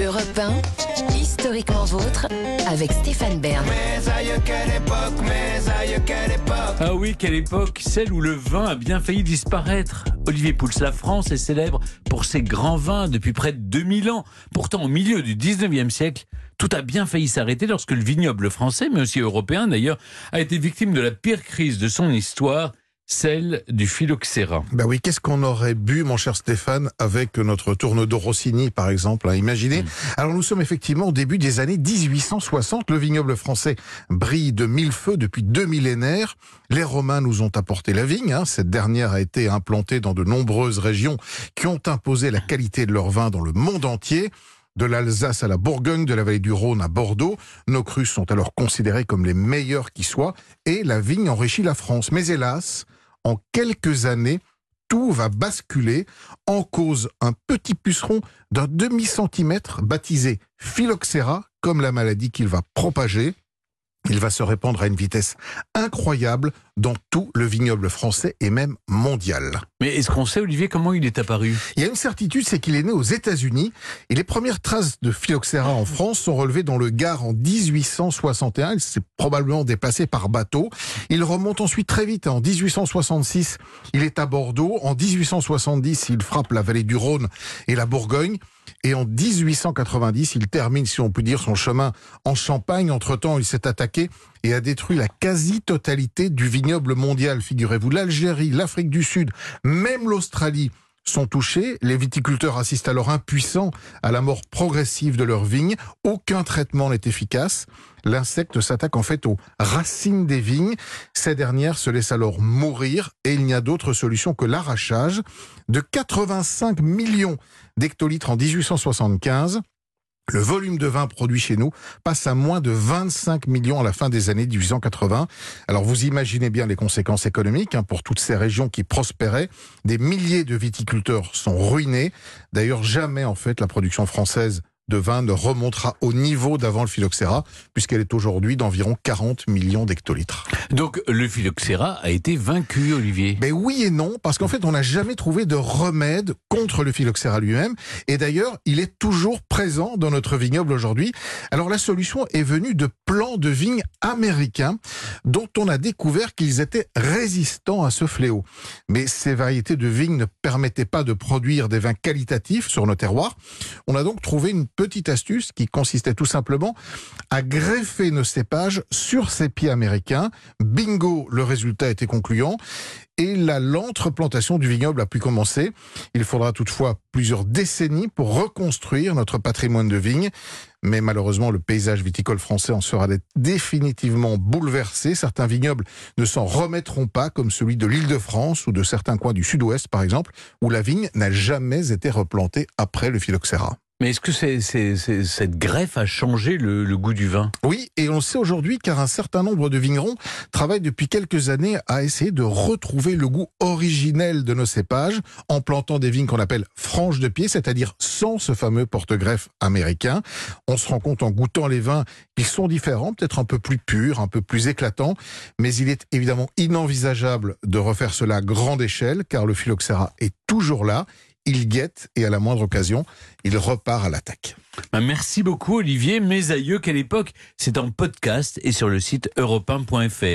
Europe 1, historiquement vôtre, avec Stéphane Bern. Mes aïeux, quelle époque, mes aïeux, quelle époque. Ah oui, quelle époque, celle où le vin a bien failli disparaître. Olivier Pouls, la France est célèbre pour ses grands vins depuis près de 2000 ans. Pourtant, au milieu du 19e siècle, tout a bien failli s'arrêter lorsque le vignoble français, mais aussi européen d'ailleurs, a été victime de la pire crise de son histoire, celle du phylloxéra. Ben oui, qu'est-ce qu'on aurait bu, mon cher Stéphane, avec notre Tournedos Rossini, par exemple, imaginez. Alors nous sommes effectivement au début des années 1860. Le vignoble français brille de mille feux depuis 2 millénaires. Les Romains nous ont apporté la vigne. Cette dernière a été implantée dans de nombreuses régions qui ont imposé la qualité de leur vin dans le monde entier. De l'Alsace à la Bourgogne, de la vallée du Rhône à Bordeaux. Nos crus sont alors considérés comme les meilleurs qui soient et la vigne enrichit la France. Mais hélas, en quelques années, tout va basculer. En cause, un petit puceron d'un demi-centimètre baptisé phylloxéra, comme la maladie qu'il va propager. Il va se répandre à une vitesse incroyable dans tout le vignoble français et même mondial. Mais est-ce qu'on sait, Olivier, comment il est apparu ? Il y a une certitude, c'est qu'il est né aux États-Unis et les premières traces de phylloxéra en France sont relevées dans le Gard en 1861. Il s'est probablement déplacé par bateau. Il remonte ensuite très vite. En 1866, il est à Bordeaux. En 1870, il frappe la vallée du Rhône et la Bourgogne. Et en 1890, il termine, si on peut dire, son chemin en Champagne. Entre-temps, il s'est attaqué et a détruit la quasi-totalité du vignoble mondial. Figurez-vous, l'Algérie, l'Afrique du Sud, même l'Australie sont touchés. Les viticulteurs assistent alors impuissants à la mort progressive de leurs vignes. Aucun traitement n'est efficace. L'insecte s'attaque en fait aux racines des vignes. Ces dernières se laissent alors mourir et il n'y a d'autre solution que l'arrachage. De 85 millions d'hectolitres en 1875, le volume de vin produit chez nous passe à moins de 25 millions à la fin des années 1880. Alors vous imaginez bien les conséquences économiques pour toutes ces régions qui prospéraient. Des milliers de viticulteurs sont ruinés. D'ailleurs, jamais en fait la production française de vin ne remontera au niveau d'avant le phylloxéra, puisqu'elle est aujourd'hui d'environ 40 millions d'hectolitres. Donc le phylloxéra a été vaincu, Olivier. Ben oui et non, parce qu'en fait on n'a jamais trouvé de remède contre le phylloxéra lui-même, et d'ailleurs il est toujours présent dans notre vignoble aujourd'hui. Alors la solution est venue de plants de vigne américains, dont on a découvert qu'ils étaient résistants à ce fléau. Mais ces variétés de vignes ne permettaient pas de produire des vins qualitatifs sur nos terroirs. On a donc trouvé une petite astuce qui consistait tout simplement à greffer nos cépages sur ces pieds américains. Bingo, le résultat était concluant et la lente replantation du vignoble a pu commencer. Il faudra toutefois plusieurs décennies pour reconstruire notre patrimoine de vignes. Mais malheureusement, le paysage viticole français en sera définitivement bouleversé. Certains vignobles ne s'en remettront pas, comme celui de l'Île-de-France ou de certains coins du Sud-Ouest, par exemple, où la vigne n'a jamais été replantée après le phylloxéra. Mais est-ce que cette greffe a changé le goût du vin ? Oui, et on le sait aujourd'hui car un certain nombre de vignerons travaillent depuis quelques années à essayer de retrouver le goût originel de nos cépages en plantant des vignes qu'on appelle franches de pied, c'est-à-dire sans ce fameux porte-greffe américain. On se rend compte en goûtant les vins qu'ils sont différents, peut-être un peu plus purs, un peu plus éclatants, mais il est évidemment inenvisageable de refaire cela à grande échelle car le phylloxéra est toujours là. Il guette et à la moindre occasion, il repart à l'attaque. Merci beaucoup Olivier. Mes aïeux, quelle époque ? C'est en podcast et sur le site europe1.fr.